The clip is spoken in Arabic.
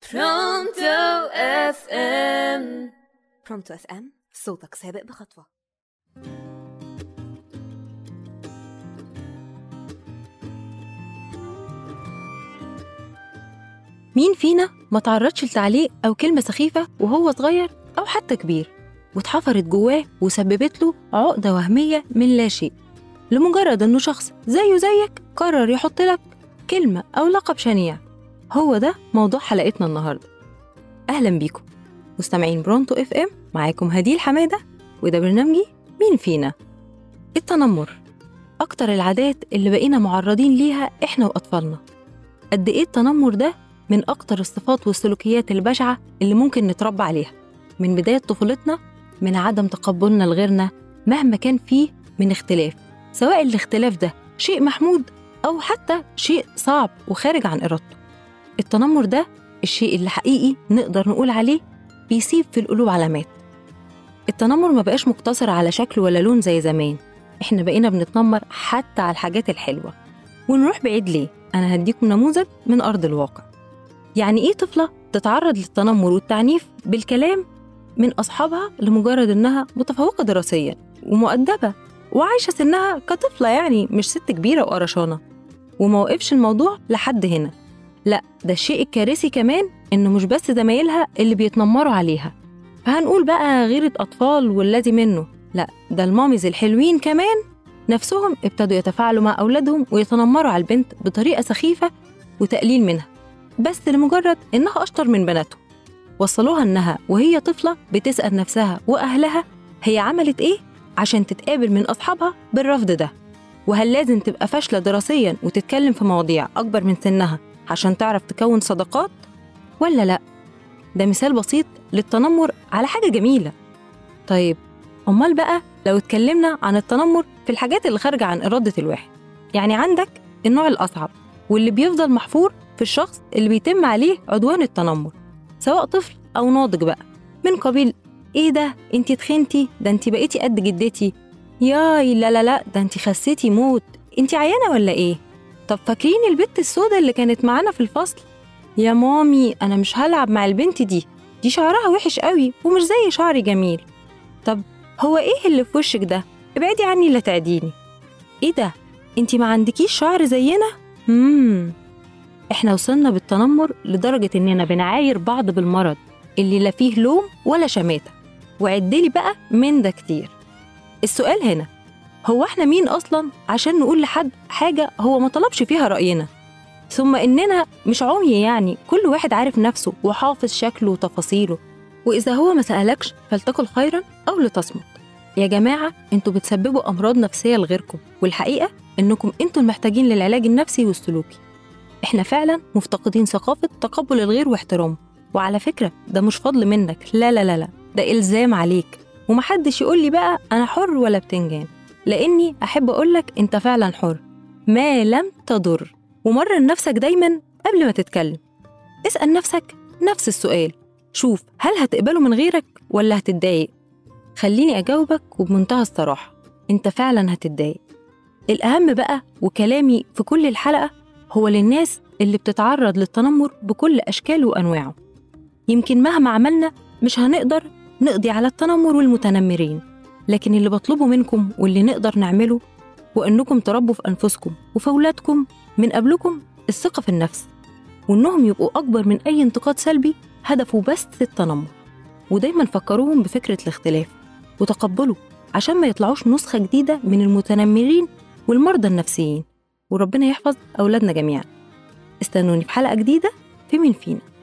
برونتو اف ام. برونتو اف ام، صوتك سابق بخطوة. مين فينا ما تعرضش لتعليق أو كلمة سخيفة وهو صغير أو حتى كبير واتحفرت جواه وسببت له عقدة وهمية من لا شيء، لمجرد أنه شخص زيه زيك قرر يحط لك كلمة أو لقب شنيع؟ هو ده موضوع حلقتنا النهاردة. أهلا بيكم مستمعين برونتو اف ام، معاكم هديل حمادة، وده برنامجي مين فينا. التنمر أكتر العادات اللي بقينا معرضين ليها إحنا وأطفالنا. قد إيه التنمر ده من أكتر الصفات والسلوكيات البشعة اللي ممكن نتربى عليها من بداية طفولتنا، من عدم تقبلنا لغيرنا مهما كان فيه من اختلاف، سواء الاختلاف ده شيء محمود أو حتى شيء صعب وخارج عن إرادته. التنمر ده الشيء اللي حقيقي نقدر نقول عليه بيسيب في القلوب علامات. التنمر ما بقاش مقتصر على شكل ولا لون زي زمان، إحنا بقينا بنتنمر حتى على الحاجات الحلوة. ونروح بعيد ليه؟ أنا هديكم نموذج من أرض الواقع. يعني إيه طفلة تتعرض للتنمر والتعنيف بالكلام من أصحابها لمجرد إنها متفوقة دراسياً ومؤدبة وعايشة سنها كطفلة، يعني مش ست كبيرة وقرشانة؟ وما وقفش الموضوع لحد هنا، لا، ده الشيء الكارثي كمان إنه مش بس زمايلها اللي بيتنمروا عليها، فهنقول بقى غيرة أطفال والذي منه، لا، ده الماميز الحلوين كمان نفسهم ابتدوا يتفاعلوا مع أولادهم ويتنمروا على البنت بطريقة سخيفة وتقليل منها، بس لمجرد إنها أشطر من بناتهم. وصلوها إنها وهي طفلة بتسأل نفسها وأهلها هي عملت إيه عشان تتقابل من أصحابها بالرفض ده، وهل لازم تبقى فاشلة دراسياً وتتكلم في مواضيع أكبر من سنها عشان تعرف تكون صداقات ولا لأ. ده مثال بسيط للتنمر على حاجة جميلة. طيب أمال بقى لو اتكلمنا عن التنمر في الحاجات اللي خارجة عن إرادة الواحد؟ يعني عندك النوع الأصعب واللي بيفضل محفور في الشخص اللي بيتم عليه عدوان التنمر، سواء طفل أو ناضج بقى، من قبيل إيه ده أنتي تخنتي، ده أنتي بقيتي قد جدتي، ياي لا لا لا ده أنتي خسيتي موت، أنتي عيانة ولا إيه؟ طب فاكرين البت السوداء اللي كانت معانا في الفصل؟ يا مامي أنا مش هلعب مع البنت دي شعرها وحش قوي ومش زي شعري جميل. طب هو إيه اللي في وشك ده؟ ابعدي عني لا تعديني. إيه ده؟ أنتي ما عندكيش شعر زينا؟ إحنا وصلنا بالتنمر لدرجة إننا بنعاير بعض بالمرض اللي لا فيه لوم ولا شماتة، وعدلي بقى من ده كتير. السؤال هنا، هو إحنا مين أصلاً عشان نقول لحد حاجة هو ما طلبش فيها رأينا؟ ثم إننا مش عمي، يعني كل واحد عارف نفسه وحافظ شكله وتفاصيله، وإذا هو ما سألكش فلتقل خيراً أو لتصمت. يا جماعة انتوا بتسببوا أمراض نفسية لغيركم، والحقيقة إنكم انتوا المحتاجين للعلاج النفسي والسلوكي. إحنا فعلاً مفتقدين ثقافة تقبل الغير واحترامه، وعلى فكرة ده مش فضل منك، لا لا لا لا، ده إلزام عليك. ومحدش يقول لي بقى أنا حر ولا بتنجان، لأني أحب أقولك أنت فعلاً حر ما لم تضر. ومرن نفسك دايماً قبل ما تتكلم، اسأل نفسك نفس السؤال، شوف هل هتقبله من غيرك ولا هتتضايق؟ خليني أجاوبك وبمنتهى الصراحة، أنت فعلاً هتتضايق. الأهم بقى وكلامي في كل الحلقة هو للناس اللي بتتعرض للتنمر بكل أشكاله وأنواعه. يمكن مهما عملنا مش هنقدر نقضي على التنمر والمتنمرين، لكن اللي بطلبه منكم واللي نقدر نعمله هو أنكم تربوا في أنفسكم وفي أولادكم من قبلكم الثقة في النفس، وأنهم يبقوا أكبر من أي انتقاد سلبي هدفه بس التنمر. ودايما فكروهم بفكرة الاختلاف وتقبلوا عشان ما يطلعوش نسخة جديدة من المتنمرين والمرضى النفسيين. وربنا يحفظ أولادنا جميعا. استنوني في حلقة جديدة في مين فينا.